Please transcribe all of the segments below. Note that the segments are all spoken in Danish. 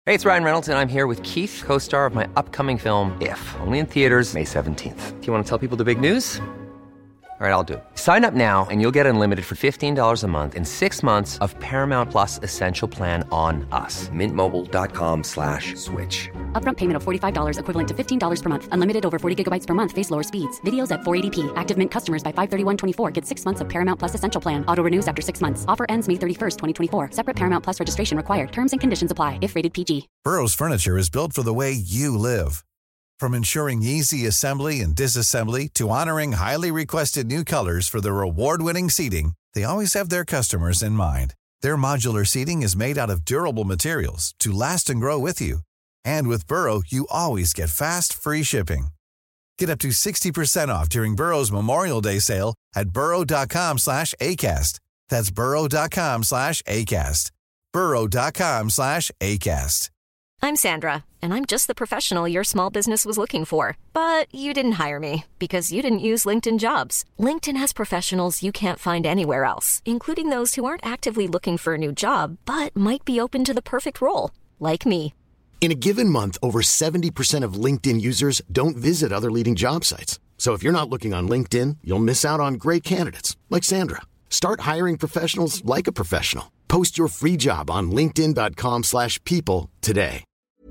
Hey, it's Ryan Reynolds, and I'm here with Keith, co-star of my upcoming film, If, only in theaters May 17th. Do you want to tell people the big news? All right, I'll do it. Sign up now and you'll get unlimited for $15 a month and 6 months of Paramount Plus Essential Plan on us. MintMobile.com/switch. Upfront payment of $45 equivalent to $15 per month. Unlimited over 40 gigabytes per month. Face lower speeds. Videos at 480p. Active Mint customers by 531.24 get 6 months of Paramount Plus Essential Plan. Auto renews after 6 months. Offer ends May 31st, 2024. Separate Paramount Plus registration required. Terms and conditions apply if rated PG. Burrow's furniture is built for the way you live. From ensuring easy assembly and disassembly to honoring highly requested new colors for their award-winning seating, they always have their customers in mind. Their modular seating is made out of durable materials to last and grow with you. And with Burrow, you always get fast, free shipping. Get up to 60% off during Burrow's Memorial Day sale at burrow.com/ACAST. That's burrow.com/ACAST. burrow.com/ACAST. I'm Sandra, and I'm just the professional your small business was looking for. But you didn't hire me because you didn't use LinkedIn Jobs. LinkedIn has professionals you can't find anywhere else, including those who aren't actively looking for a new job, but might be open to the perfect role, like me. In a given month, over 70% of LinkedIn users don't visit other leading job sites. So if you're not looking on LinkedIn, you'll miss out on great candidates, like Sandra. Start hiring professionals like a professional. Post your free job on linkedin.com/people today.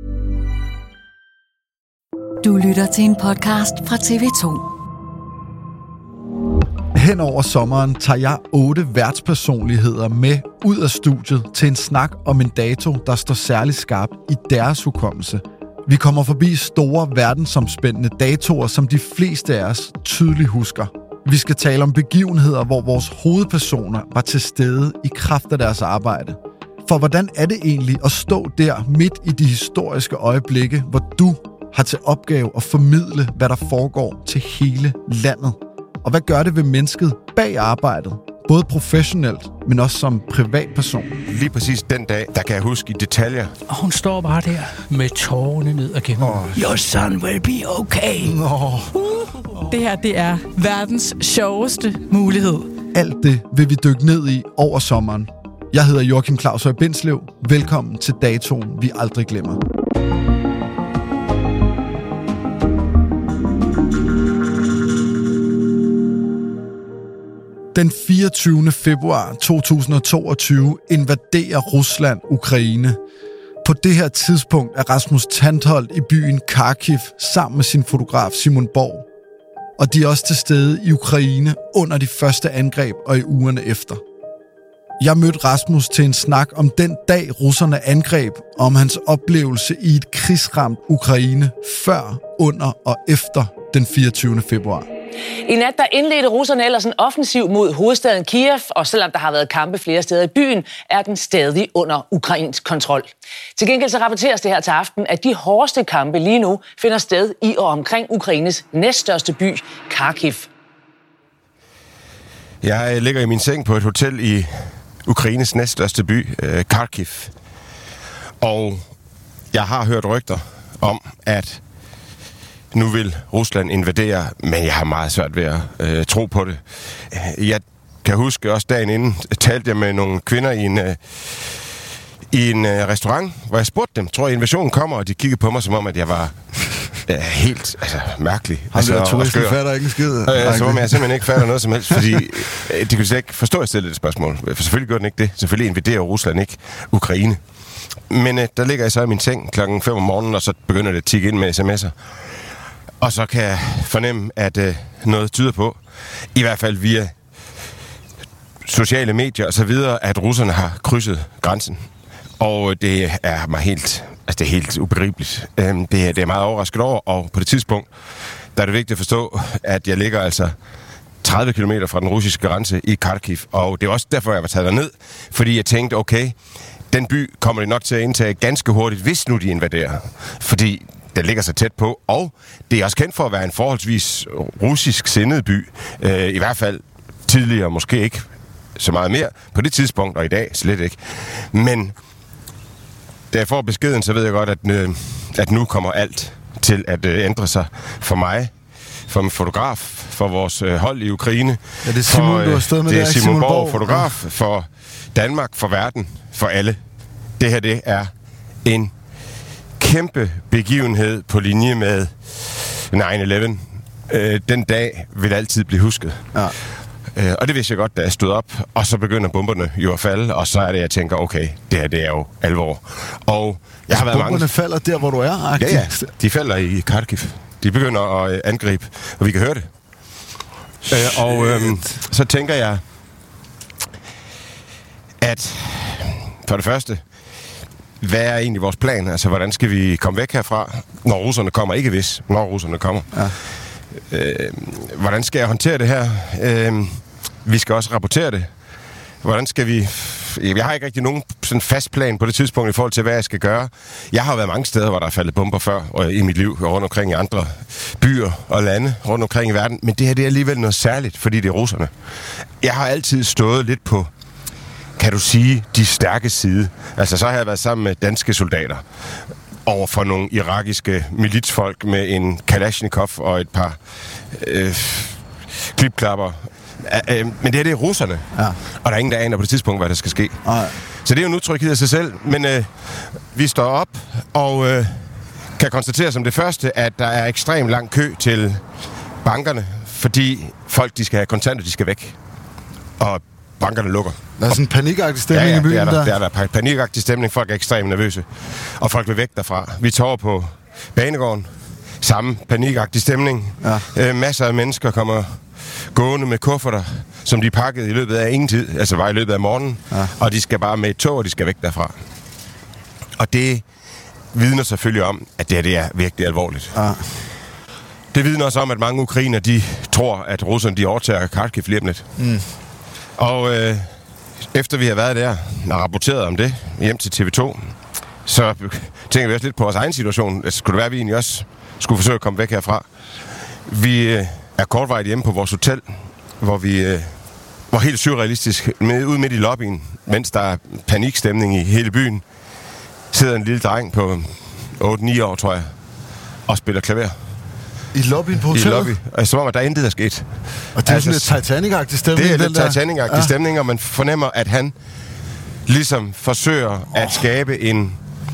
Du lytter til en podcast fra TV2. Hen over sommeren tager jeg 8 værtspersonligheder med ud af studiet til en snak om en dato, der står særligt skarp i deres hukommelse. Vi kommer forbi store verdensomspændende datoer, som de fleste af os tydeligt husker. Vi skal tale om begivenheder, hvor vores hovedpersoner var til stede i kraft af deres arbejde. For hvordan er det egentlig at stå der midt i de historiske øjeblikke, hvor du har til opgave at formidle, hvad der foregår til hele landet? Og hvad gør det ved mennesket bag arbejdet? Både professionelt, men også som privatperson. Lige præcis den dag, der kan jeg huske i detaljer. Og hun står bare der med tårerne ned og gennem. Your son will be okay. Det her, det er verdens sjoveste mulighed. Alt det vil vi dykke ned i over sommeren. Jeg hedder Joachim Claus Høj Bindslev. Velkommen til datoen, vi aldrig glemmer. Den 24. februar 2022 invaderer Rusland Ukraine. På det her tidspunkt er Rasmus Tantholdt i byen Kharkiv sammen med sin fotograf Simon Borg. Og de er også til stede i Ukraine under de første angreb og i ugerne efter. Jeg mødte Rasmus til en snak om den dag russerne angreb, og om hans oplevelse i et krigsramt Ukraine før, under og efter den 24. februar. I nat der indledte russerne ellers en offensiv mod hovedstaden Kiev, og selvom der har været kampe flere steder i byen, er den stadig under ukrainsk kontrol. Til gengæld så rapporteres det her til aften, at de hårdeste kampe lige nu finder sted i og omkring Ukraines næststørste by, Kharkiv. Jeg ligger i min seng på et hotel i Ukraines næststørste by, Kharkiv. Og jeg har hørt rygter om, at nu vil Rusland invadere, men jeg har meget svært ved at tro på det. Jeg kan huske også dagen inden, talte jeg med nogle kvinder i en restaurant, hvor jeg spurgte dem, tror jeg invasionen kommer, og de kiggede på mig som om, at jeg var helt mærkelig. Har du turisten fatter ikke en skid? Så om jeg simpelthen ikke fatter noget som helst, fordi de kunne slet ikke forstå, at jeg stillede et spørgsmål. For selvfølgelig gør den ikke det. Selvfølgelig invaderer Rusland ikke Ukraine. Men der ligger jeg så i min seng klokken 5 om morgenen, og så begynder det at tikke ind med sms'er. Og så kan jeg fornemme, at noget tyder på, i hvert fald via sociale medier og så videre, at russerne har krydset grænsen. Og det er mig helt, det er helt ubegribeligt. Det er meget overrasket over, og på det tidspunkt, der er det vigtigt at forstå, at jeg ligger altså 30 km fra den russiske grænse i Kharkiv. Og det er også derfor, jeg var taget derned, fordi jeg tænkte, okay, den by kommer de nok til at indtage ganske hurtigt, hvis nu de invaderer. Fordi den ligger så tæt på, og det er også kendt for at være en forholdsvis russisk sindet by. I hvert fald tidligere, måske ikke så meget mere på det tidspunkt, og i dag slet ikke. Men da jeg får beskeden, så ved jeg godt, at nu kommer alt til at ændre sig for mig, for min fotograf, for vores hold i Ukraine. Ja, det er Simon, du har stået med. Det er Simon Borg, fotograf, for Danmark, for verden, for alle. Det her, det er en kæmpe begivenhed på linje med 9/11. Den dag vil altid blive husket. Ja. Og det vidste jeg godt, da jeg stod op, og så begynder bomberne jo at falde, og så er det, jeg tænker, okay, det her, det er jo alvor. Og jeg har været bomberne falder der, hvor du er? Ja, de falder i Kharkiv. De begynder at angribe, og vi kan høre det. Så tænker jeg, at for det første, hvad er egentlig vores plan? Altså, hvordan skal vi komme væk herfra, når russerne kommer? Ikke hvis, når russerne kommer. Ja. Hvordan skal jeg håndtere det her? Vi skal også rapportere det. Hvordan skal vi... Jeg har ikke rigtig nogen sådan fast plan på det tidspunkt i forhold til, hvad jeg skal gøre. Jeg har været mange steder, hvor der er faldet bomber før i mit liv, rundt omkring i andre byer og lande rundt omkring i verden. Men det her, det er alligevel noget særligt, fordi det er russerne. Jeg har altid stået lidt på, kan du sige, de stærke side. Altså, så har jeg været sammen med danske soldater over for nogle irakiske militsfolk med en Kalashnikov og et par klipklapper. Men det er russerne. Ja. Og der er ingen, der aner på det tidspunkt, hvad der skal ske. Ej. Så det er jo en utryghed af sig selv. Men vi står op og kan konstatere som det første, at der er ekstremt lang kø til bankerne, fordi folk, de skal have kontanter, de skal væk. Og bankerne lukker. Der er sådan en panikagtig stemning i byen der. Ja, der er panikagtig stemning. Folk er ekstremt nervøse. Og folk vil væk derfra. Vi tager over på banegården. Samme panikagtig stemning. Ja. Masser af mennesker kommer gående med kufferter, som de pakkede i løbet af ingen tid. Altså bare i løbet af morgenen. Ja. Og de skal bare med et tog, og de skal væk derfra. Og det vidner selvfølgelig om, at det er virkelig alvorligt. Ja. Det vidner også om, at mange ukrainer, de tror, at russerne, de overtager Kharkiv lige om lidt. Mm. Og efter vi har været der og rapporteret om det hjem til TV2, så tænker vi også lidt på vores egen situation. Skulle det være, at vi egentlig også skulle forsøge at komme væk herfra? Vi er kortvarigt hjemme på vores hotel, hvor vi var helt surrealistisk ude midt i lobbyen, mens der er panikstemning i hele byen. Sidder en lille dreng på 8-9 år, tror jeg, og spiller klaver. I lobbyen på hotellet? I lobby. Og som om, at der er intet, der er sket. Og det er sådan lidt Titanic-agtig stemning? Det er lidt Titanic-agtig stemning, og man fornemmer, at han ligesom forsøger at skabe en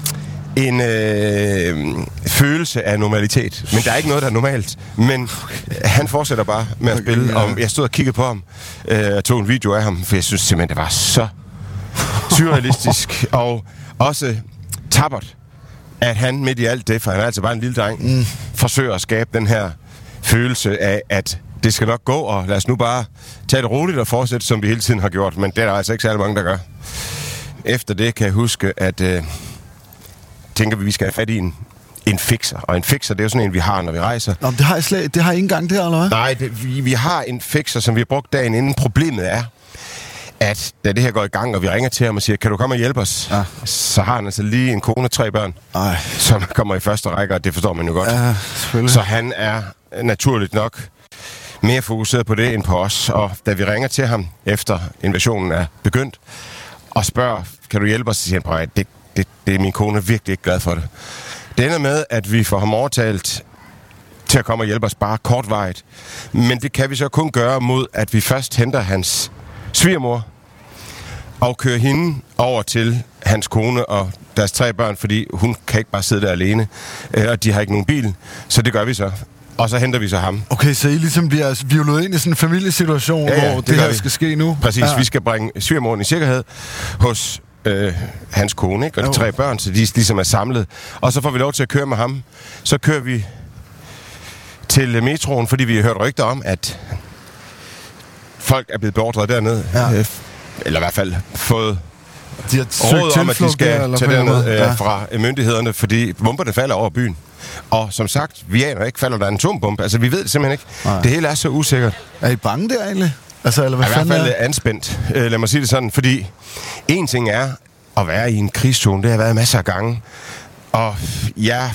følelse af normalitet. Men der er ikke noget, der er normalt. Men han fortsætter bare med at spille. Og jeg stod og kiggede på ham. Jeg tog en video af ham, for jeg synes simpelthen, det var så surrealistisk. Og også tappert, at han midt i alt det, for han er altså bare en lille dreng, forsøger at skabe den her følelse af, at det skal nok gå, og lad os nu bare tage det roligt og fortsætte, som vi hele tiden har gjort. Men det er der altså ikke særlig mange, der gør. Efter det kan jeg huske, at tænker vi skal have fat i en fixer. Og en fixer, det er jo sådan en, vi har, når vi rejser. Nå, det har I ikke engang der, eller hvad? Nej, vi har en fixer, som vi har brugt dagen inden. Problemet er, at da det her går i gang, og vi ringer til ham og siger, kan du komme og hjælpe os? Ja. Så har han altså lige en kone og 3 børn, som kommer i første række, og det forstår man jo godt. Ja, så han er naturligt nok mere fokuseret på det end på os. Og da vi ringer til ham, efter invasionen er begyndt, og spørger, kan du hjælpe os? Så siger han, at det er min kone virkelig ikke glad for det. Det ender med, at vi får ham overtalt til at komme og hjælpe os bare kortvarigt. Men det kan vi så kun gøre mod, at vi først henter hans svigermor og kører hende over til hans kone og deres 3 børn, fordi hun kan ikke bare sidde der alene, og de har ikke nogen bil. Så det gør vi så. Og så henter vi så ham. Okay, så I ligesom bliver hvirvlet ind i sådan en familiesituation, hvor det her skal ske nu? Præcis, vi skal bringe svigermoren i sikkerhed hos hans kone, ikke? Og de 3 børn, så de ligesom er samlet. Og så får vi lov til at køre med ham. Så kører vi til metroen, fordi vi har hørt rygter om, at folk er blevet beordret dernede. Ja. Eller i hvert fald fået råd om, at de skal tage derned fra myndighederne, fordi bomberne falder over byen. Og som sagt, vi aner ikke, falder der en atombombe. Altså, vi ved det simpelthen ikke. Nej. Det hele er så usikkert. Er I bange der egentlig? Altså, eller hvad i hvert fald anspændt, lad mig sige det sådan. Fordi en ting er at være i en krigszone. Det har været masser af gange. Og jeg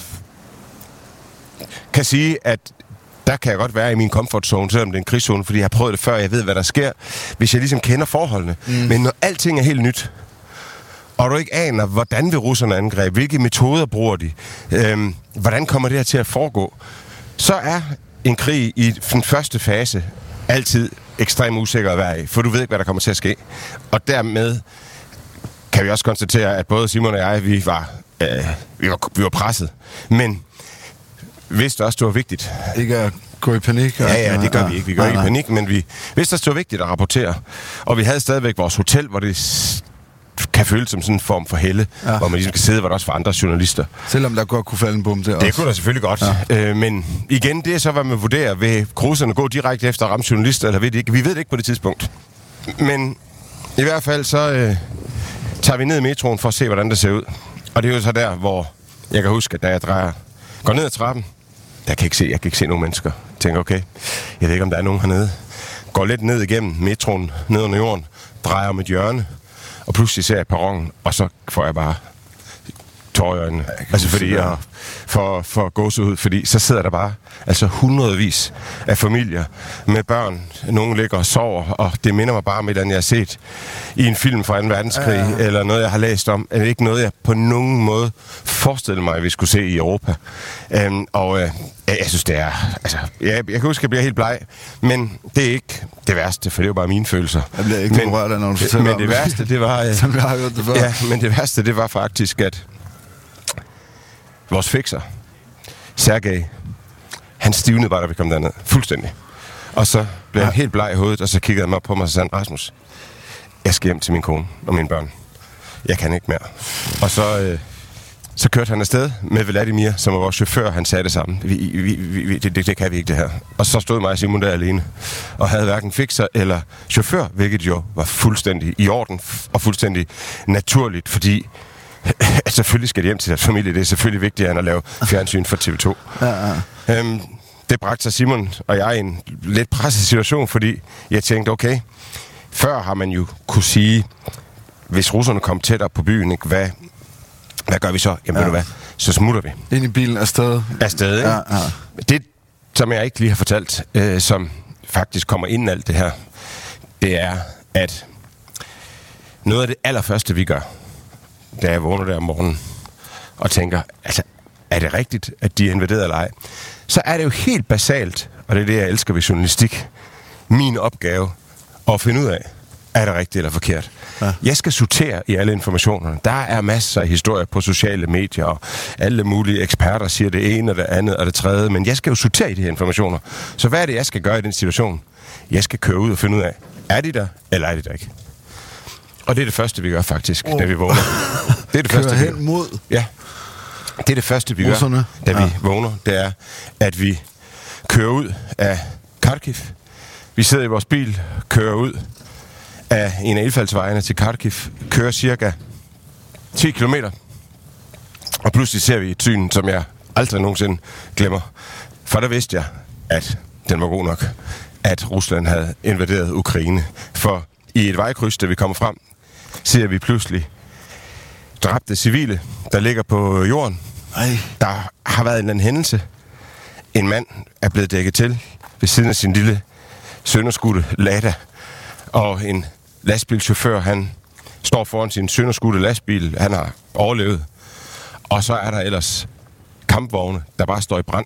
kan sige, at der kan jeg godt være i min comfort zone, selvom det er en krigszone, fordi jeg har prøvet det før, jeg ved, hvad der sker, hvis jeg ligesom kender forholdene. Men når alting er helt nyt, og du ikke aner, hvordan vil russerne angribe, hvilke metoder bruger de, hvordan kommer det her til at foregå, så er en krig i den første fase altid ekstremt usikker at være i, for du ved ikke, hvad der kommer til at ske. Og dermed kan vi også konstatere, at både Simon og jeg, vi var vi var presset. Men vidste også, det var vigtigt. Ikke at gå i panik? Ja, det gør vi ikke. Vi går ikke i panik, men vi vidste også, det var vigtigt at rapportere. Og vi havde stadigvæk vores hotel, hvor det kan føles som sådan en form for helle, hvor man ligesom kan sidde, hvor der også var andre journalister. Selvom der godt kunne falde en bom der også. Det kunne der selvfølgelig godt. Ja. Men igen, det er så, hvad man vurderer. Vil cruiserne gå direkte efter at ramme journalister, eller ved det ikke? Vi ved det ikke på det tidspunkt. Men i hvert fald så tager vi ned i metroen for at se, hvordan det ser ud. Og det er jo så der, hvor jeg kan huske, at da jeg går ned ad trappen, jeg kan ikke se nogen mennesker. Jeg tænker, okay, jeg ved ikke, om der er nogen hernede. Går lidt ned igennem metroen, ned under jorden, drejer om et hjørne, og pludselig ser jeg perronen, og så får jeg bare tårer i øjnene. Altså fordi jeg får gåsehud, fordi så sidder der bare hundredvis af familier med børn. Nogle ligger og sover, og det minder mig bare om et eller andet, jeg har set i en film fra 2. verdenskrig, eller noget, jeg har læst om. Det er ikke noget, jeg på nogen måde forestillede mig, at vi skulle se i Europa. Jeg synes, det er... jeg kan huske, at jeg bliver helt bleg, men det er ikke det værste, for det er jo bare mine følelser. Jeg bliver ikke rørt af, når du fortæller om det. Men det værste, det var... som jeg har hørt det før. Ja, men det værste, det var faktisk, at vores fikser, Sergej, han stivnede bare, da vi kom derned. Fuldstændig. Og så blev han helt bleg i hovedet, og så kiggede han op på mig og sagde, Rasmus, jeg skal hjem til min kone og mine børn. Jeg kan ikke mere. Og så kørte han afsted med Vladimir, som var vores chauffør. Han sagde det samme. Det kan vi ikke, det her. Og så stod mig og Simon der alene, og havde hverken fikser eller chauffør, hvilket jo var fuldstændig i orden og fuldstændig naturligt, fordi selvfølgelig skal de hjem til deres familie. Det er selvfølgelig vigtigere end at lave fjernsyn for TV2. Det bragte sig Simon og jeg i en lidt presset situation, fordi jeg tænkte, okay, før har man jo kunne sige, hvis russerne kom tættere på byen, ikke, hvad gør vi så? Jamen, ved du hvad? Så smutter vi. Ind i bilen afsted. Afsted, ikke? Ja. Det, som jeg ikke lige har fortalt, som faktisk kommer inden alt det her, det er, at noget af det allerførste, vi gør, da jeg vågner der om morgenen og tænker, er det rigtigt, at de er invaderet eller ej? Så er det jo helt basalt, og det er det, jeg elsker ved journalistik, min opgave at finde ud af, er det rigtigt eller forkert. Ja. Jeg skal sortere i alle informationerne. Der er masser af historier på sociale medier, og alle mulige eksperter siger det ene, og det andet, og det tredje, men jeg skal jo sortere i de her informationer. Så hvad er det, jeg skal gøre i den situation? Jeg skal køre ud og finde ud af, er de der, eller er de der ikke? Og det er det første, vi gør faktisk, da vi vågner. Det er det første, vi gør. Mod. Ja. Det er det første, vi gør, da vi vågner. Det er, at vi kører ud af Kharkiv. Vi sidder i vores bil, kører ud af en af indfaldsvejene til Kharkiv, kører cirka 10 kilometer. Og pludselig ser vi et syn, som jeg aldrig nogensinde glemmer. For der vidste jeg, at den var god nok, at Rusland havde invaderet Ukraine. For i et vejkryds, da vi kommer frem, ser vi pludselig dræbte civile, der ligger på jorden. Der har været en eller anden hændelse. En mand er blevet dækket til ved siden af sin lille sønderskudte Lada. Og en lastbilchauffør, han står foran sin sønderskudte lastbil. Han har overlevet. Og så er der ellers kampvogne, der bare står i brand.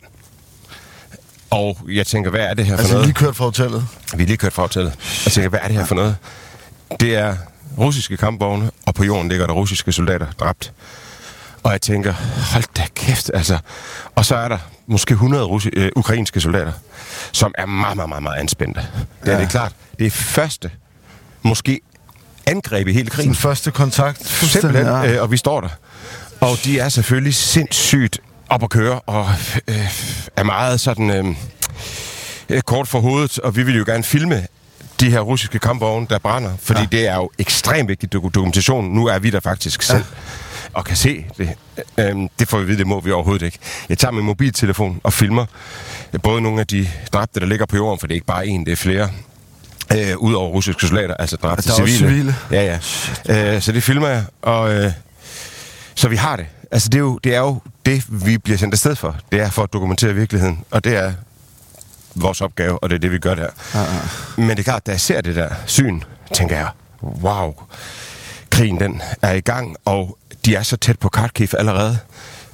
Og jeg tænker, hvad er det her for noget? Altså lige kørt fra hotellet? Vi er lige kørt fra hotellet. Og jeg tænker, hvad er det her for noget? Det er russiske kampvogne, og på jorden ligger der russiske soldater dræbt. Og jeg tænker, hold da kæft, altså. Og så er der måske 100 ukrainske soldater, som er meget, meget, meget, meget anspændte. Det er det klart. Det er første, måske angreb i hele krigen. Den første kontakt. Simpelthen, og vi står der. Og de er selvfølgelig sindssygt op at køre, og er meget sådan kort for hovedet, og vi vil jo gerne filme de her russiske kampvogne, der brænder, fordi det er jo ekstremt vigtig dokumentation. Nu er vi der faktisk selv og kan se det. Det får vi vide, det må vi overhovedet ikke. Jeg tager min mobiltelefon og filmer både nogle af de dræbte, der ligger på jorden, for det er ikke bare en, det er flere. Udover russiske soldater, altså dræbte civile. Ja. Så det filmer jeg, og så vi har det. Altså det er jo det, vi bliver sendt afsted for. Det er for at dokumentere virkeligheden, og det er vores opgave, og det er det, vi gør der. Men det er klart, da jeg ser det der syn, tænker jeg, wow, krigen den er i gang, og de er så tæt på Kharkiv allerede.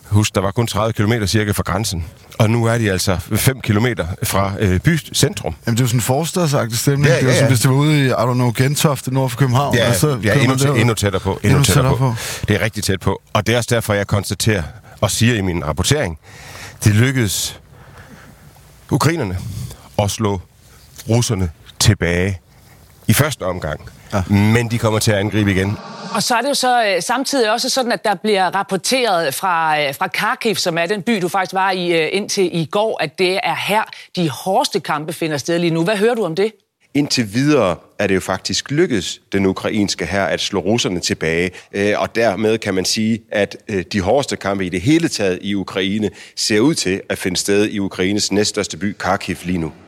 Husk, der var kun 30 kilometer cirka fra grænsen. Og nu er de altså 5 kilometer fra bycentrum. Jamen, det er jo sådan en forstadsagtig stemning. Ja. Det er jo som hvis det var ude i, I don't know, Gentofte nord for København. Ja, og så endnu tættere på. Endnu tættere på. Det er rigtig tæt på. Og det er også derfor, jeg konstaterer og siger i min rapportering, det lykkedes ukrainerne at slå russerne tilbage i første omgang. Ja. Men de kommer til at angribe igen. Og så er det jo så samtidig også sådan, at der bliver rapporteret fra Kharkiv, som er den by, du faktisk var i indtil i går, at det er her, de hårdeste kampe finder sted lige nu. Hvad hører du om det? Indtil videre er det jo faktisk lykkedes den ukrainske hær at slå russerne tilbage, og dermed kan man sige, at de hårdeste kampe i det hele taget i Ukraine ser ud til at finde sted i Ukraines næststørste by, Kharkiv, lige nu.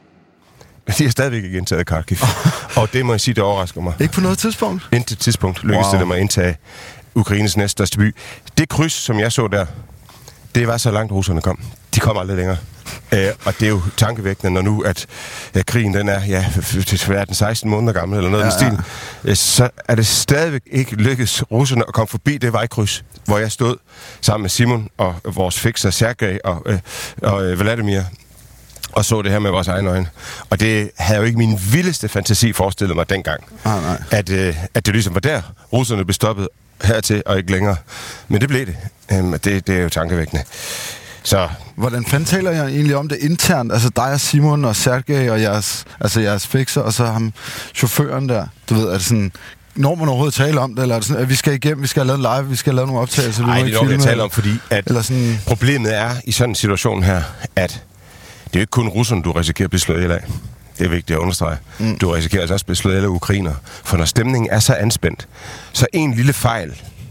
De har stadigvæk ikke indtaget Kharkiv, og det må jeg sige, det overrasker mig. Ikke på noget tidspunkt? Intet tidspunkt lykkedes det dem at indtage Ukraines næststørste by. Det kryds, som jeg så der, det var så langt russerne kom. De kom aldrig længere. Og det er jo tankevækkende, når nu, at krigen den er, den 16 måneder gammel, eller noget af den stil, så er det stadigvæk ikke lykkedes russerne at komme forbi det vejkryds, hvor jeg stod sammen med Simon og vores fikser Sergej og Vladimir, og så det her med vores egne øjne. Og det havde jo ikke min vildeste fantasi forestillet mig dengang, at det ligesom var der, russerne blev stoppet hertil og ikke længere. Men det blev det. Det er jo tankevækkende. Så hvordan fanden taler jeg egentlig om det internt? Altså dig og Simon og Sergej og jeres fikser, og så ham chaufføren der. Du ved, er det sådan, når man overhovedet taler om det, eller er det sådan, at vi skal igennem, vi skal have lavet live, vi skal have lavet nogle optagelser? Nej, det er noget, jeg taler om, fordi at sådan, problemet er i sådan en situation her, at det er jo ikke kun russerne, du risikerer at blive slået ihjel af. Det er vigtigt at understrege. Du risikerer altså også at blive slået ihjel af ukrainer. For når stemningen er så anspændt, så en lille fejl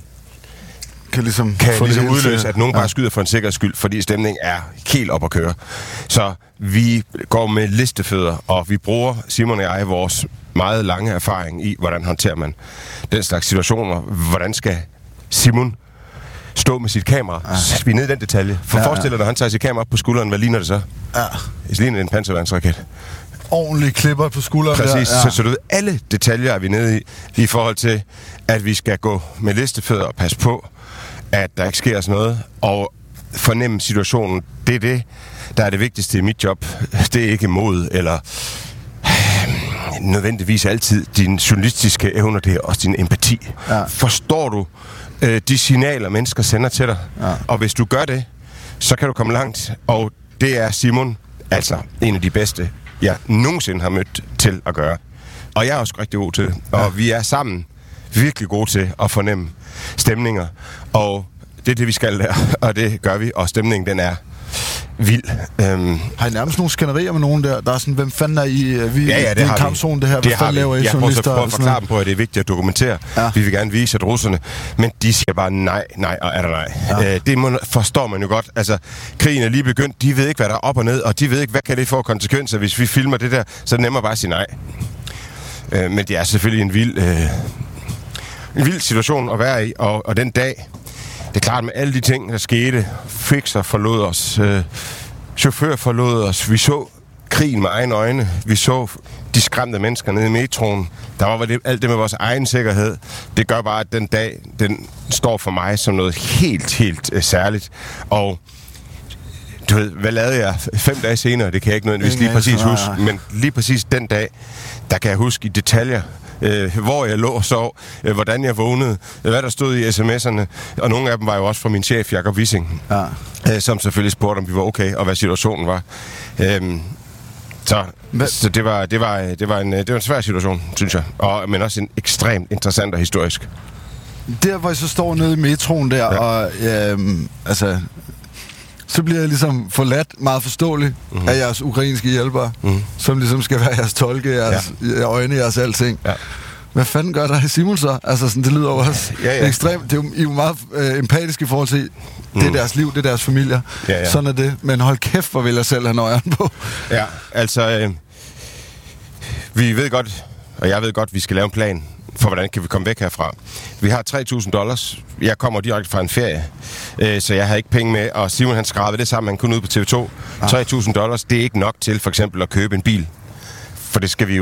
kan ligesom udløse, at nogen bare skyder for en sikkerheds skyld, fordi stemningen er helt op at køre. Så vi går med listefødder, og vi bruger, Simon og jeg, vores meget lange erfaring i, hvordan håndterer man den slags situationer. Hvordan skal Simon stå med sit kamera? Vi er nede i den detalje. Forestil dig, når han tager sit kamera op på skulderen, hvad ligner det så? Det ligner en panserværnsraket. Ordentlige klipper på skulderen. Præcis, der. Så du ved, alle detaljer er vi nede i forhold til, at vi skal gå med listefødder og passe på, at der ikke sker sådan noget, og fornemme situationen. Det er det, der er det vigtigste i mit job. Det er ikke mod, eller nødvendigvis altid din journalistiske evner, det er også din empati. Forstår du de signaler, mennesker sender til dig? Og hvis du gør det, så kan du komme langt, og det er Simon, altså en af de bedste, jeg nogensinde har mødt til at gøre. Og jeg er også rigtig god til det. Og vi er sammen virkelig gode til at fornemme stemninger. Og det er det, vi skal der. Og det gør vi. Og stemningen, den er vild. Har I nærmest nogle skænderier med nogen der? Der er sådan, hvem fanden er I? Det er en kampzone, det her. Hvad fanden laver I journalister? Jeg prøver at forklare dem på, at det er vigtigt at dokumentere. Vi vil gerne vise, at russerne, men de siger bare nej og er der nej. Det forstår man jo godt. Altså, krigen er lige begyndt. De ved ikke, hvad der er op og ned, og de ved ikke, hvad kan det få konsekvenser, hvis vi filmer det der. Så er det nemmere bare at sige nej. Men det er selvfølgelig en vild situation at være i, og den dag, det er klart med alle de ting, der skete. Fikser forlod os, chauffør forlod os, vi så krigen med egne øjne, vi så de skræmte mennesker nede i metroen. Der var alt det med vores egen sikkerhed. Det gør bare, at den dag, den står for mig som noget helt særligt. Og du ved, hvad lavede jeg 5 dage senere? Det kan jeg ikke nødvendigvis lige præcis huske, men lige præcis den dag, der kan jeg huske i detaljer, hvor jeg lå og sov, hvordan jeg vågnede, hvad der stod i sms'erne, og nogle af dem var jo også fra min chef, Jakob Wissing, som selvfølgelig spurgte, om vi var okay, og hvad situationen var. Så det var en svær situation, synes jeg, men også en ekstremt interessant og historisk. Der, hvor jeg så står nede i metroen der, og så bliver jeg ligesom forladt, meget forståeligt, af jeres ukrainske hjælpere, som ligesom skal være jeres tolke, jeres øjne, jeres alting. Hvad fanden gør der Simon så? Altså, sådan, det lyder jo også ekstremt. Det er jo meget empatisk i forhold til, det er deres liv, det er deres familier. Sådan er det. Men hold kæft, hvor vil jeg selv have nøjeren på. Ja, altså, vi ved godt, og jeg ved godt, vi skal lave en plan for, hvordan kan vi komme væk herfra. Vi har $3.000. Jeg kommer direkte fra en ferie, så jeg har ikke penge med, og Simon han skrabede det sammen, han kunne ud på TV2. $3.000, det er ikke nok til for eksempel at købe en bil, for det skal vi jo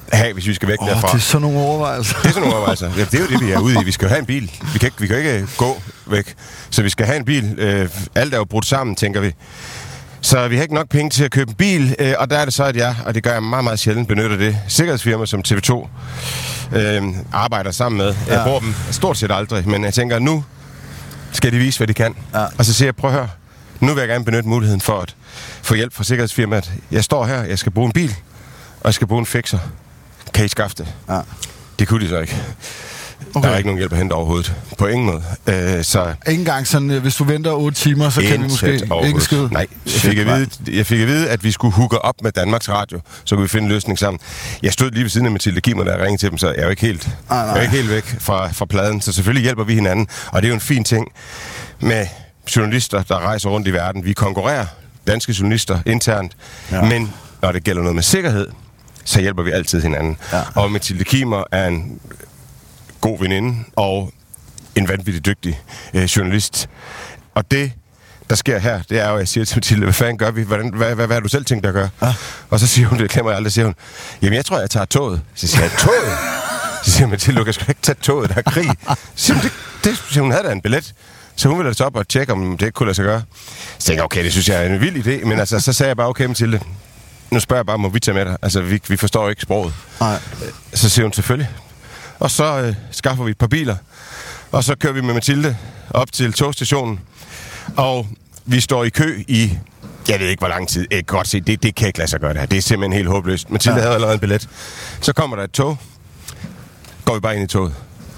have, hvis vi skal væk derfra. Det er sådan nogle overvejelser. Det er sådan nogle overvejelser. Ja, det er jo det, vi er ude i. Vi skal jo have en bil. Vi kan ikke gå væk. Så vi skal have en bil. Alt er jo brudt sammen, tænker vi. Så vi har ikke nok penge til at købe en bil, og der er det så, at jeg, og det gør jeg meget, meget sjældent, benytter det sikkerhedsfirma, som TV2 arbejder sammen med. Jeg bruger dem stort set aldrig, men jeg tænker, nu skal de vise, hvad de kan. Ja. Og så siger jeg, prøv at høre, nu vil jeg gerne benytte muligheden for at få hjælp fra sikkerhedsfirmaet. Jeg står her, jeg skal bruge en bil, og jeg skal bruge en fikser. Kan I skaffe det? Ja. Det kunne de så ikke. Okay. Der er ikke nogen hjælp at hente overhovedet. På ingen måde. Så ikke engang sådan, hvis du venter 8 timer, så kan vi måske ikke skide? Nej, jeg fik at vide, at vi skulle hooke op med Danmarks Radio, så kunne vi finde en løsning sammen. Jeg stod lige ved siden af Mathilde Kimmer, der ringede til dem, så jeg er jo ikke helt, væk fra pladen. Så selvfølgelig hjælper vi hinanden, og det er jo en fin ting med journalister, der rejser rundt i verden. Vi konkurrerer, danske journalister, internt, men når det gælder noget med sikkerhed, så hjælper vi altid hinanden. Ja. Og Mathilde Kimmer er en god veninde og en vanvittig dygtig journalist. Og det, der sker her, det er jo, at jeg siger til Mathilde, hvad fanden gør vi? Hvad har du selv tænkt dig at gøre? Ja. Og så siger hun, det glemmer jeg aldrig, siger hun, jamen jeg tror, jeg tager toget. Så siger jeg, toget? Så siger Mathilde, du kan sgu ikke tage toget, der er krig. Så siger hun, havde da en billet. Så hun ville så op og tjekke, om det ikke kunne lade sig gøre. Så tænkte jeg, okay, det synes jeg er en vild idé, men altså, så sagde jeg bare, okay, Mathilde, nu spørger jeg bare, må vi tage med dig? Altså, vi forstår ikke sproget. Nej. Så siger hun selvfølgelig. Og så skaffer vi et par biler, og så kører vi med Mathilde op til togstationen, og vi står i kø i, jeg ved ikke hvor lang tid, jeg kan godt se, det kan ikke lade sig gøre det her. Det er simpelthen helt håbløst. Mathilde havde allerede en billet. Så kommer der et tog, går vi bare ind i toget.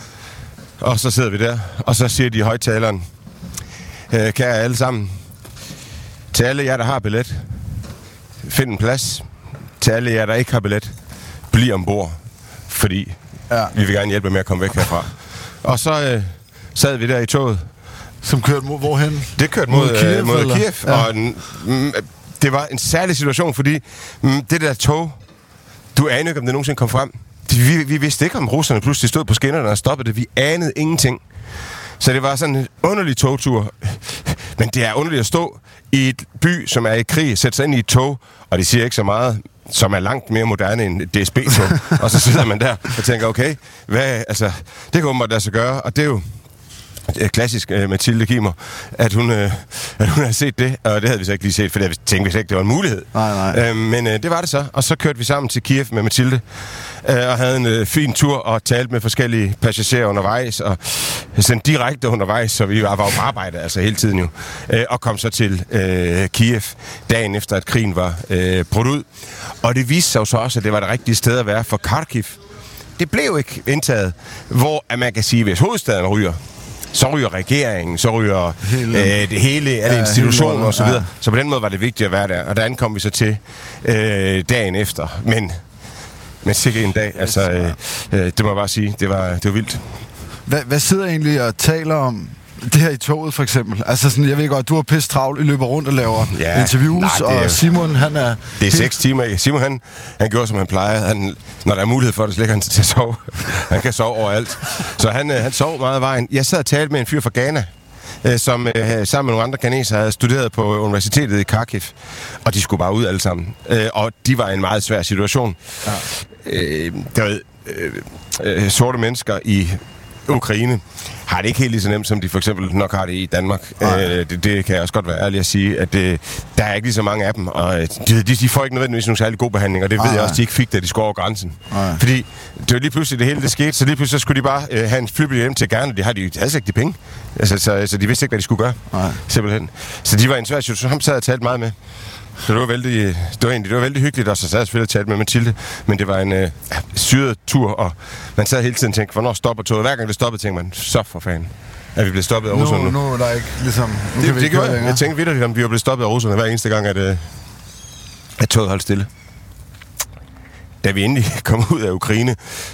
Og så sidder vi der, og så siger de i højttaleren, kære alle sammen, til alle jer, der har billet, find en plads. Til alle jer, der ikke har billet, bliv ombord, fordi vi vil gerne hjælpe med at komme væk herfra. Og så sad vi der i toget. Som kørte hvorhen? Det kørte mod Kiev. Ja. Og det var en særlig situation, fordi det der tog, du anede ikke, om det nogensinde kom frem. Vi vidste ikke, om russerne pludselig stod på skinnerne og stoppede det. Vi anede ingenting. Så det var sådan en underlig togtur. Men det er underligt at stå i et by, som er i krig, sætte sig ind i et tog, og det siger ikke så meget, som er langt mere moderne end DSB-tog. Og så sidder man der og tænker, okay, det kan åbenbart lade sig gøre, og det er jo klassisk Mathilde Kimmer, at hun har set det, og det havde vi så ikke lige set, for det tænkte vi slet ikke, det var en mulighed. Nej. Men det var det så, og så kørte vi sammen til Kiev med Mathilde, og havde en fin tur og talte med forskellige passagerer undervejs, og sendte direkte undervejs, så vi var på arbejde altså hele tiden jo, og kom så til Kiev dagen efter, at krigen var brudt ud. Og det viste sig jo så også, at det var det rigtige sted at være for Kharkiv. Det blev ikke indtaget, hvor man kan sige, hvis hovedstaden ryger, så ryger regeringen, så ryger det hele, alle institutioner og så videre. Så på den måde var det vigtigt at være der. Og der ankom vi så til dagen efter. Men sikkert en dag, altså, det må jeg bare sige, det var vildt. Hvad sidder egentlig og taler om det her i toget, for eksempel? Altså sådan, jeg ved godt, du har pisse travlt, I løber rundt og laver interviews, og Simon, han er... Det er 6 timer. Simon, han gjorde, som han plejer. Når der er mulighed for det, så lægger han til at sove. Han kan sove overalt. Så han sov meget af vejen. Jeg sad og talte med en fyr fra Ghana, som sammen med nogle andre ghanesere havde studeret på universitetet i Kharkiv. Og de skulle bare ud alle sammen. Og de var i en meget svær situation. Ja. Sorte mennesker i Ukraine har det ikke helt lige så nemt, som de for eksempel nok har det i Danmark. Det kan jeg også godt være ærlig at sige, at der er ikke lige så mange af dem, og de får ikke nødvendigvis nogen særlig god behandling, og det ved jeg også, de ikke fik, da de skulle over grænsen. Fordi det var lige pludselig det hele, det skete, så lige pludselig så skulle de bare have en flybillet hjem til Ghana, de havde ikke de penge. Så de vidste ikke, hvad de skulle gøre. Simpelthen. Så de var i en svær situation, ham sad jeg talt meget med. Så det var vældig hyggeligt, og så sad jeg selvfølgelig og talte med Mathilde, men det var en syret tur, og man sad hele tiden og tænkte, hvornår stopper toget? Hver gang det stoppede, tænkte man, så for fanden, at vi blev stoppet af russerne nu. Nu er der ikke ligesom... Det gjorde jeg. Jeg tænkte vitterligt, om vi var blevet stoppet af russerne hver eneste gang, at toget holdt stille. Da vi endelig kom ud af Ukraine,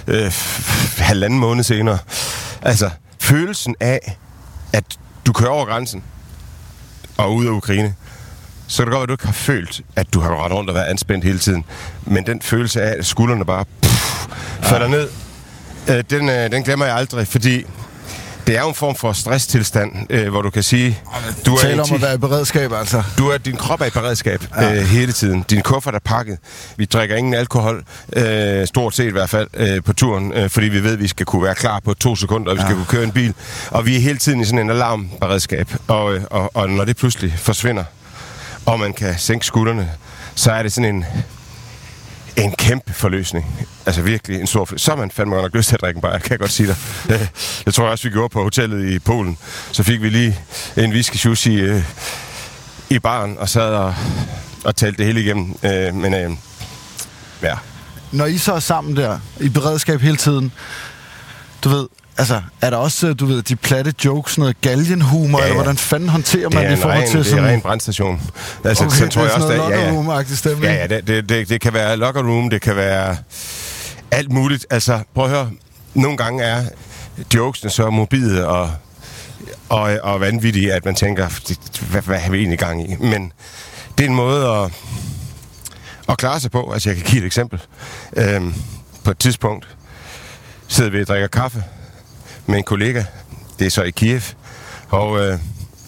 1,5 måned senere, altså følelsen af, at du kører over grænsen og ud af Ukraine, så kan det godt være, at du ikke har følt, at du har ret rundt og været anspændt hele tiden. Men den følelse af, at skuldrene bare falder ned, den glemmer jeg aldrig, fordi det er jo en form for stresstilstand, hvor du kan sige... Du taler om at være i beredskab, altså. Din krop er i beredskab hele tiden. Din kuffert er pakket. Vi drikker ingen alkohol, stort set i hvert fald, på turen, fordi vi ved, at vi skal kunne være klar på 2 sekunder, og vi skal kunne køre en bil. Og vi er hele tiden i sådan en alarmberedskab. Og når det pludselig forsvinder, og man kan sænke skuldrene, så er det sådan en kæmpe forløsning. Altså virkelig en stor forløsning. Så er man fandme nok lyst til at drikke en bajer, kan jeg godt sige dig. Det tror jeg også, vi gjorde på hotellet i Polen. Så fik vi lige en whisky i baren og sad og talte det hele igennem. Ja. Når I så er sammen der, i beredskab hele tiden, du ved, altså, er der også, du ved, de platte jokes, noget galgenhumor, eller hvordan fanden håndterer man det i forhold til sådan... Det er ren brandstation. Altså, okay, så tror jeg også, det er sådan noget locker room-agtig stemning. Ja, det kan være locker room, det kan være alt muligt. Altså, prøv at høre, nogle gange er jokesene så mobile og vanvittige, at man tænker, hvad har vi egentlig gang i? Men det er en måde at klare sig på. Altså, jeg kan give et eksempel. På et tidspunkt sidder vi og drikker kaffe med en kollega. Det er så i Kiev. Og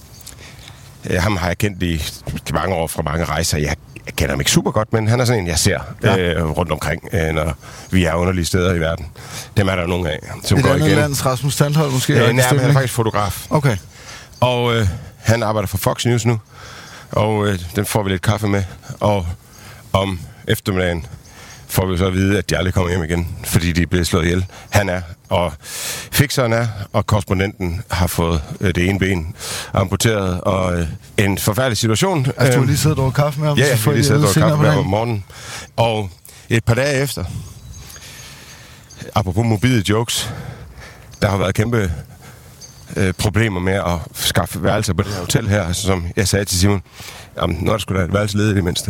ham har jeg kendt i mange år fra mange rejser. Jeg kender ham ikke super godt, men han er sådan en, jeg ser rundt omkring, når vi er underlige steder i verden. Dem er der nogle af, som går igen. Et andet lands Rasmus Tandholt måske? Nej, han er faktisk fotograf. Okay. Og han arbejder for Fox News nu, og den får vi lidt kaffe med. Og om eftermiddagen får vi så at vide, at de aldrig kommer hjem igen, fordi de er blevet slået ihjel. Han er, og fikseren er, og korrespondenten har fået det ene ben amputeret, og en forfærdelig situation. Altså, du har lige siddet over kaffe med ham? Ja, jeg har lige siddet over kaffe med ham om morgenen. Og et par dage efter, apropos mobile jokes, der har været kæmpe problemer med at skaffe værelser på det her hotel her, altså, som jeg sagde til Simon, jamen, nu er der sgu da et værelse ledigt i det mindste.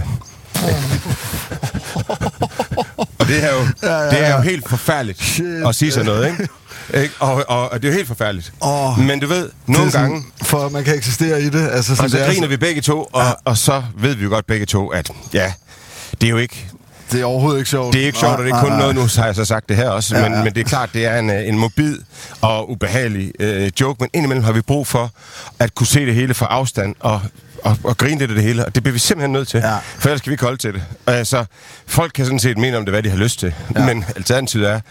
Og det er jo helt forfærdeligt at sige sådan noget, ikke? Og det er jo helt forfærdeligt. Men du ved, nogle gange... For man kan eksistere i det. Altså, og så griner vi begge to, og så ved vi jo godt begge to, at ja, det er jo ikke... Det er overhovedet ikke sjovt. Det er ikke sjovt, og det er kun noget, nu har jeg så sagt det her også, men det er klart, det er en mobil og ubehagelig joke, men indimellem har vi brug for at kunne se det hele fra afstand og grine lidt af det hele, og det bliver vi simpelthen nødt til, for ellers kan vi ikke holde til det. Altså, folk kan sådan set mene om det, hvad de har lyst til, men alternativet er,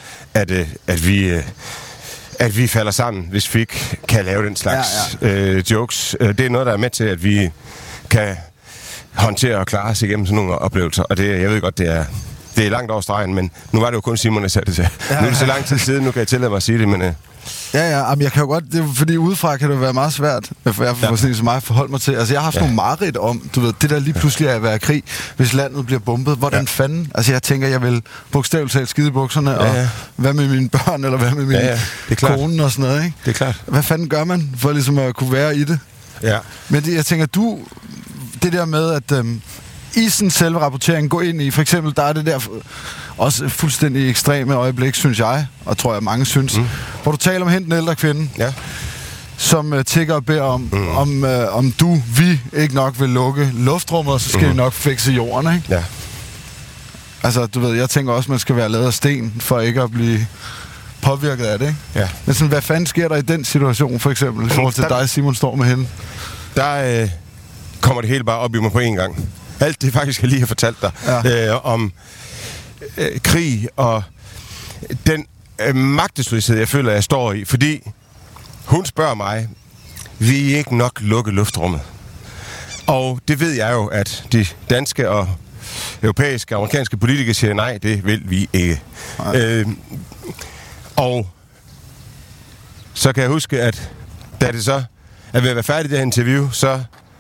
at vi falder sammen, hvis vi ikke kan lave den slags jokes. Det er noget, der er med til, at vi kan håndtere og klare os igennem sådan nogle oplevelser, og det, jeg ved godt, det er langt over stregen, men nu var det jo kun Simon, der sagde det til. Nu er det så lang tid siden, nu kan jeg tillade mig at sige det, men... men jeg kan jo godt, det er, fordi udefra kan det være meget svært, for jeg får sådan en som mig at forholde mig til. Altså, jeg har haft nogle mareridt om, du ved, det der lige pludselig er at være krig, hvis landet bliver bombet. Hvordan fanden? Altså, jeg tænker, jeg vil bogstaveligt talt skide i bukserne, og hvad med mine børn, eller hvad med min kone og sådan noget, ikke? Det er klart. Hvad fanden gør man for ligesom at kunne være i det? Ja. Men jeg tænker, det der med, at i sådan selve rapporteringen gå ind i, for eksempel, der er det der også fuldstændig ekstreme øjeblik, synes jeg, og tror jeg mange synes, hvor du taler om hende, den ældre kvinde, som tigger og beder om vi ikke nok vil lukke luftrummet, og så skal vi nok fikse jorden, ikke? Ja. Altså, du ved, jeg tænker også, man skal være lavet af sten, for ikke at blive påvirket af det, ikke? Ja. Men sådan, hvad fanden sker der i den situation, for eksempel, i forhold til dig, Simon, står med hende? Der kommer det hele bare op i mig på en gang. Alt det faktisk, jeg lige har fortalt dig om krig og den magtesløshed, jeg føler, jeg står i. Fordi hun spørger mig, vil I ikke nok lukke luftrummet? Og det ved jeg jo, at de danske og europæiske og amerikanske politikere siger, nej, det vil vi ikke. Og så kan jeg huske, at da det så er ved at være færdigt det her interview, så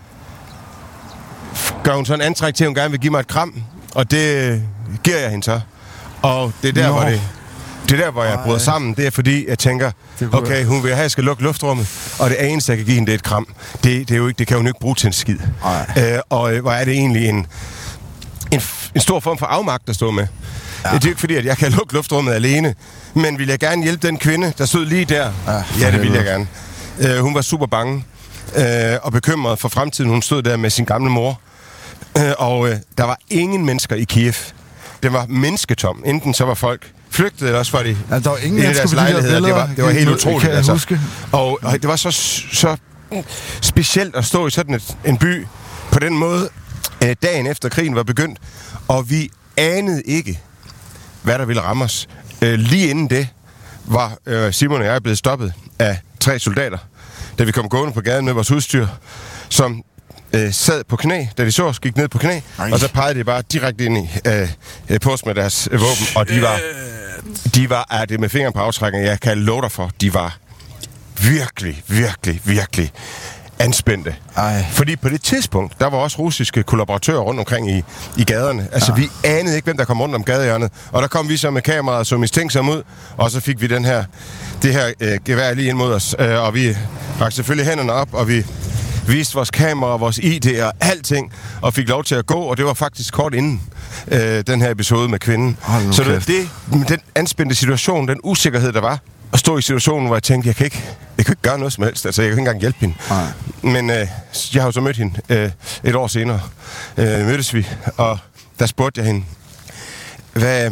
gør hun så en antræk til, at hun gerne vil give mig et kram, og det giver jeg hende så. Og det er der, hvor jeg bryder sammen. Det er fordi, jeg tænker, okay, hun vil have, at jeg skal lukke luftrummet, og det eneste, jeg kan give hende, det er et kram. Det er jo ikke, det kan hun ikke bruge til en skid. Og hvor er det egentlig en stor form for afmagt at stå med. Ja. Det er jo ikke fordi, at jeg kan lukke luftrummet alene, men vil jeg gerne hjælpe den kvinde, der stod lige der? Ja, det vil jeg gerne. Hun var super bange og bekymret for fremtiden. Hun stod der med sin gamle mor, og der var ingen mennesker i Kiev. Det var mennesketom. Enten så var folk flygtede, eller også var de der var ingen i deres lejligheder. Det var helt utroligt, kan jeg huske. Og det var så specielt at stå i sådan en by på den måde, dagen efter krigen var begyndt, og vi anede ikke, hvad der ville ramme os. Lige inden det var Simon og jeg blevet stoppet af 3 soldater, da vi kom gående på gaden med vores udstyr, som sad på knæ, da de så os, gik ned på knæ, og så pegede de bare direkte ind på os med deres våben, og de var det med fingeren på aftrækken, jeg kan love dig for, de var virkelig, virkelig, virkelig anspændte. Fordi på det tidspunkt, der var også russiske kollaboratører rundt omkring i gaderne. Altså, vi anede ikke, hvem der kom rundt om gadehjørnet. Og der kom vi så med kameraet så mistænksomt ud, og så fik vi det her gevær lige ind mod os. Og vi rakte selvfølgelig hænderne op, og vi viste vores kamera, vores ID og alting, og fik lov til at gå, og det var faktisk kort inden den her episode med kvinden. Så den anspændte situation, den usikkerhed, der var, at stå i situationen, hvor jeg tænkte, jeg kan ikke gøre noget som helst. Altså, jeg kan ikke engang hjælpe hende. Men jeg har jo så mødt hende et år senere. Mødtes vi, og der spurgte jeg hende, hvad...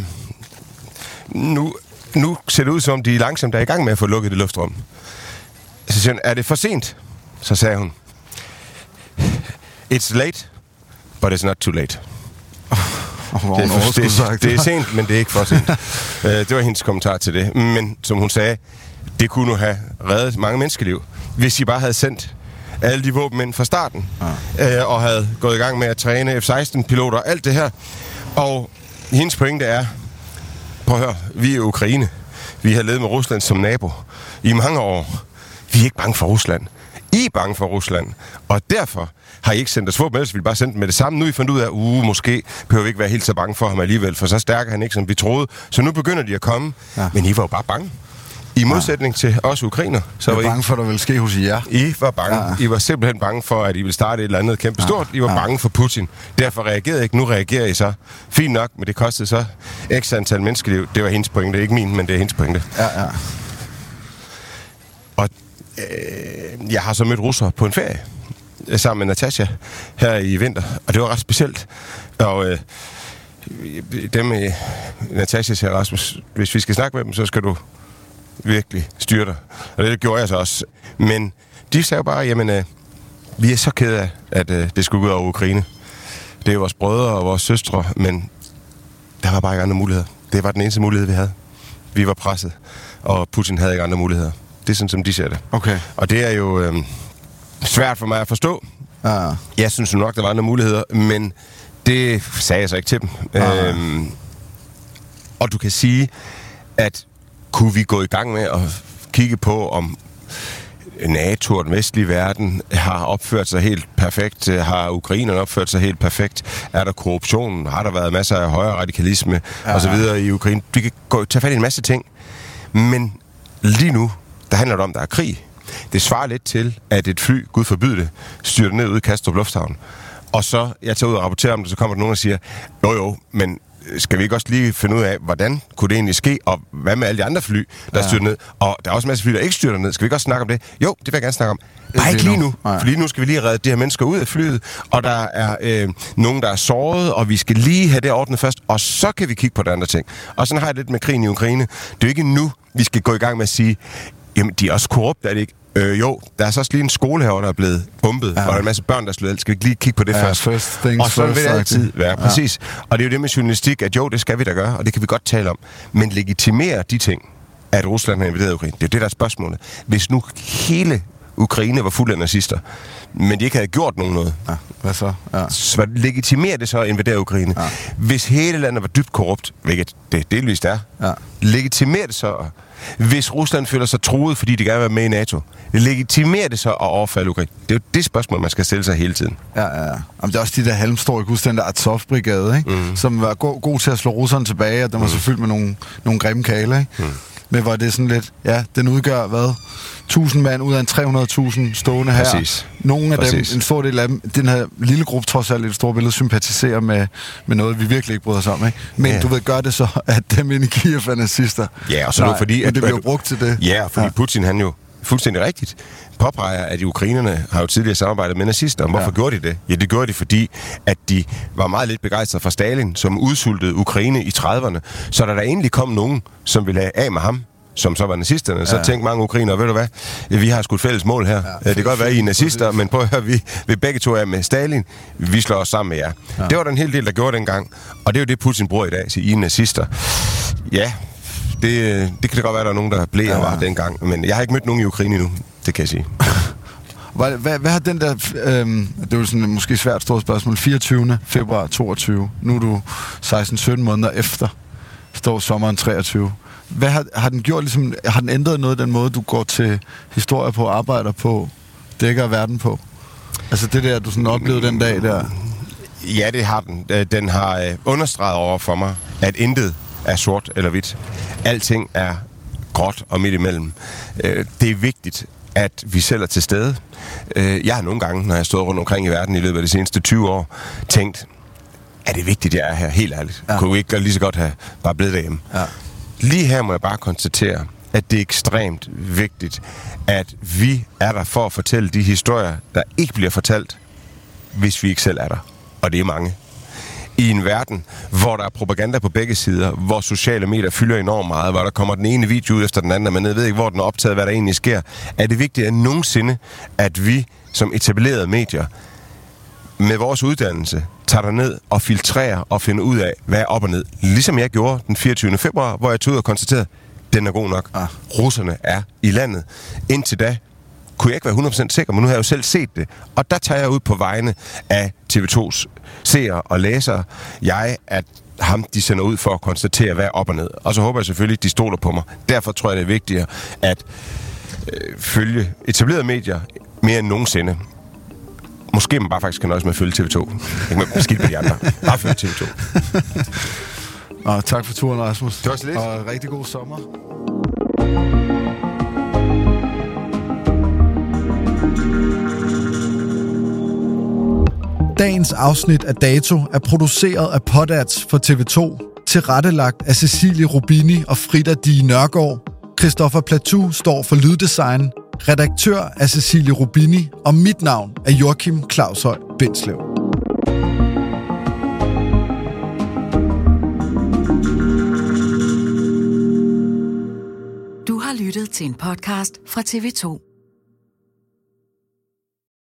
Nu ser det ud som, de langsomt er i gang med at få lukket det luftrum. Så siger hun, er det for sent? Så sagde hun, it's late, but it's not too late. Det er sent, men det er ikke for sent. Det var hendes kommentar til det. Men som hun sagde, det kunne nu have reddet mange menneskeliv, hvis de bare havde sendt alle de våbenmænd fra starten, og havde gået i gang med at træne F-16-piloter og alt det her. Og hendes pointe er, prøv at høre, vi er Ukraine. Vi har levet med Rusland som nabo i mange år. Vi er ikke bange for Rusland. I er bange for Rusland. Og derfor har I ikke sendt os våben, ellers ville bare sende dem med det samme. Nu er I fundet ud af, måske behøver vi ikke være helt så bange for ham alligevel, for så stærker han ikke, som vi troede. Så nu begynder de at komme. Ja. Men I var jo bare bange. I modsætning til os ukrainer. Så var I bange for, at der ville ske hos jer. I var bange. Ja. I var simpelthen bange for, at I ville starte et eller andet kæmpe stort. I var bange for Putin. Derfor reagerede I ikke. Nu reagerer I så. Fint nok, men det kostede så x antal menneskeliv. Det var hendes pointe. Ikke min, men det er hendes pointe. Ja. Og jeg har så mødt russere på en ferie sammen med Natasha her i vinter, og det var ret specielt. Og dem med Natasha siger, Rasmus, hvis vi skal snakke med dem, så skal du virkelig styre dig. Og det gjorde jeg så også. Men de sagde jo bare, jamen, vi er så kede af, at det skulle gå ud over Ukraine. Det er vores brødre og vores søstre, men der var bare ikke andre muligheder. Det var den eneste mulighed, vi havde. Vi var presset, og Putin havde ikke andre muligheder. Det er sådan, som de ser det. Okay. Og det er jo svært for mig at forstå. Jeg synes nok, der var andre muligheder, men det sagde jeg så ikke til dem. Og du kan sige, at kunne vi gå i gang med at kigge på, om NATO og den vestlige verden har opført sig helt perfekt? Har ukrainerne opført sig helt perfekt? Er der korruption? Har der været masser af højre radikalisme og så videre i Ukraine? Vi kan tage fat i en masse ting. Men lige nu, der handler det om, der er krig. Det svarer lidt til, at et fly, Gud forbyde det, styrter ned ude i Kastrup Lufthavn. Og så, jeg tager ud og rapporterer om det, så kommer der nogen og siger, jo, men skal vi ikke også lige finde ud af, hvordan kunne det egentlig ske, og hvad med alle de andre fly, der styrter ned? Og der er også en masse fly, der ikke styrter ned. Skal vi ikke også snakke om det? Jo, det vil jeg gerne snakke om. Bare ikke lige nu, for lige nu skal vi lige redde de her mennesker ud af flyet, og der er nogen, der er såret, og vi skal lige have det ordnet først, og så kan vi kigge på de andre ting. Og sådan har jeg lidt med krigen i Ukraine. Det er jo ikke nu, vi skal gå i gang med at sige, jamen, de er også korrupte, er det ikke? Jo, der er så også lige en skole herovre, der er blevet bombet, og der er en masse børn, der er slået ihjel. Skal vi ikke lige kigge på det først? Og så vil det altid være, præcis. Og det er jo det med journalistik, at jo, det skal vi da gøre, og det kan vi godt tale om. Men legitimere de ting, at Rusland har invaderet Ukraine, det er det, der er spørgsmålet. Hvis nu hele Ukraine var fuld af nazister, men de ikke havde gjort nogen noget, hvad så? Så legitimerer det så at invadere Ukraine. Hvis hele landet var dybt korrupt, hvilket det delvist er, legitimerer det så, hvis Rusland føler sig truet, fordi de gerne vil være med i NATO, legitimerer det så at overfalde Ukraine? Det er jo det spørgsmål, man skal stille sig hele tiden. Jamen, det er også de der halmstore, den der Azov-brigade, ikke? Som var god til at slå russerne tilbage, og den var så fyldt med nogle grimme kale, ikke? Men hvor det er sådan lidt, den udgør, 1000 mand ud af en 300.000 stående her. Præcis. Nogle af dem, en stor del af dem, den her lille gruppe, trods alt i det store billede, sympatiserer med noget, vi virkelig ikke bryder os om, ikke? Men du ved, gør det så, at dem inde i Kiev er nazister. Ja, og så fordi, at det bliver brugt til det. Ja, fordi Putin, han jo fuldstændig rigtigt påpeger, at ukrainerne har jo tidligere samarbejdet med nazister. Hvorfor gjorde de det? Ja, det gjorde de, fordi at de var meget lidt begejstrede for Stalin, som udsultede Ukraine i 30'erne. Så da der egentlig kom nogen, som ville have af med ham, som så var nazisterne, så tænkte mange ukrainere, ved du hvad, vi har sgu et fælles mål her. Det kan godt være, I er nazister, men prøv at høre, vi begge to er med Stalin, vi slår os sammen med jer. Det var der en hel del, der gjorde dengang, og det er jo det, Putin bruger i dag, så I er nazister. Ja, det kan da godt være, der er nogen, der blev og var dengang, men jeg har ikke mødt nogen i Ukraine endnu, det kan jeg sige. Hvad har den der, det er jo sådan måske svært stort spørgsmål, 24. februar 22, nu er du 16-17 måneder efter, står sommeren 23. Hvad har den gjort, ligesom, har den ændret noget den måde, du går til historie på, arbejder på, dækker verden på? Altså det der, du sådan oplevede den dag der? Ja, det har den. Den har understreget over for mig, at intet er sort eller hvidt. Alting er gråt og midt imellem. Det er vigtigt, at vi selv er til stede. Jeg har nogle gange, når jeg har stået rundt omkring i verden i løbet af de seneste 20 år, tænkt, er det vigtigt, jeg er her? Helt ærligt. Kunne vi ikke lige så godt have bare blevet derhjemme? Ja. Lige her må jeg bare konstatere, at det er ekstremt vigtigt, at vi er der for at fortælle de historier, der ikke bliver fortalt, hvis vi ikke selv er der. Og det er mange. I en verden, hvor der er propaganda på begge sider, hvor sociale medier fylder enormt meget, hvor der kommer den ene video ud efter den anden, og man ved ikke, hvor den er optaget, hvad der egentlig sker, er det vigtigt end nogensinde, at vi som etablerede medier med vores uddannelse tager derned og filtrerer og finder ud af, hvad er op og ned. Ligesom jeg gjorde den 24. februar, hvor jeg tog ud og konstaterede, den er god nok. Russerne er i landet. Indtil da kunne jeg ikke være 100% sikker, men nu har jeg jo selv set det. Og der tager jeg ud på vegne af TV2's seere og læsere. Jeg er ham, de sender ud for at konstatere, hvad er op og ned. Og så håber jeg selvfølgelig, at de stoler på mig. Derfor tror jeg, det er vigtigere at følge etablerede medier mere end nogensinde. Måske man bare faktisk kan nøjes med at følge TV2. Ikke med skidt på de andre. Bare følge TV2. Og tak for turen, Rasmus. Det var så lidt. Og rigtig god sommer. Dagens afsnit af Dato er produceret af Podads for TV2, tilrettelagt af Cecilie Rubini og Frida Die Nørgaard. Christoffer Platou står for lyddesign. Redaktør er Cecilie Rubini, og mit navn er Joachim Claushøj Bindslev. Du har lyttet til en podcast fra TV2.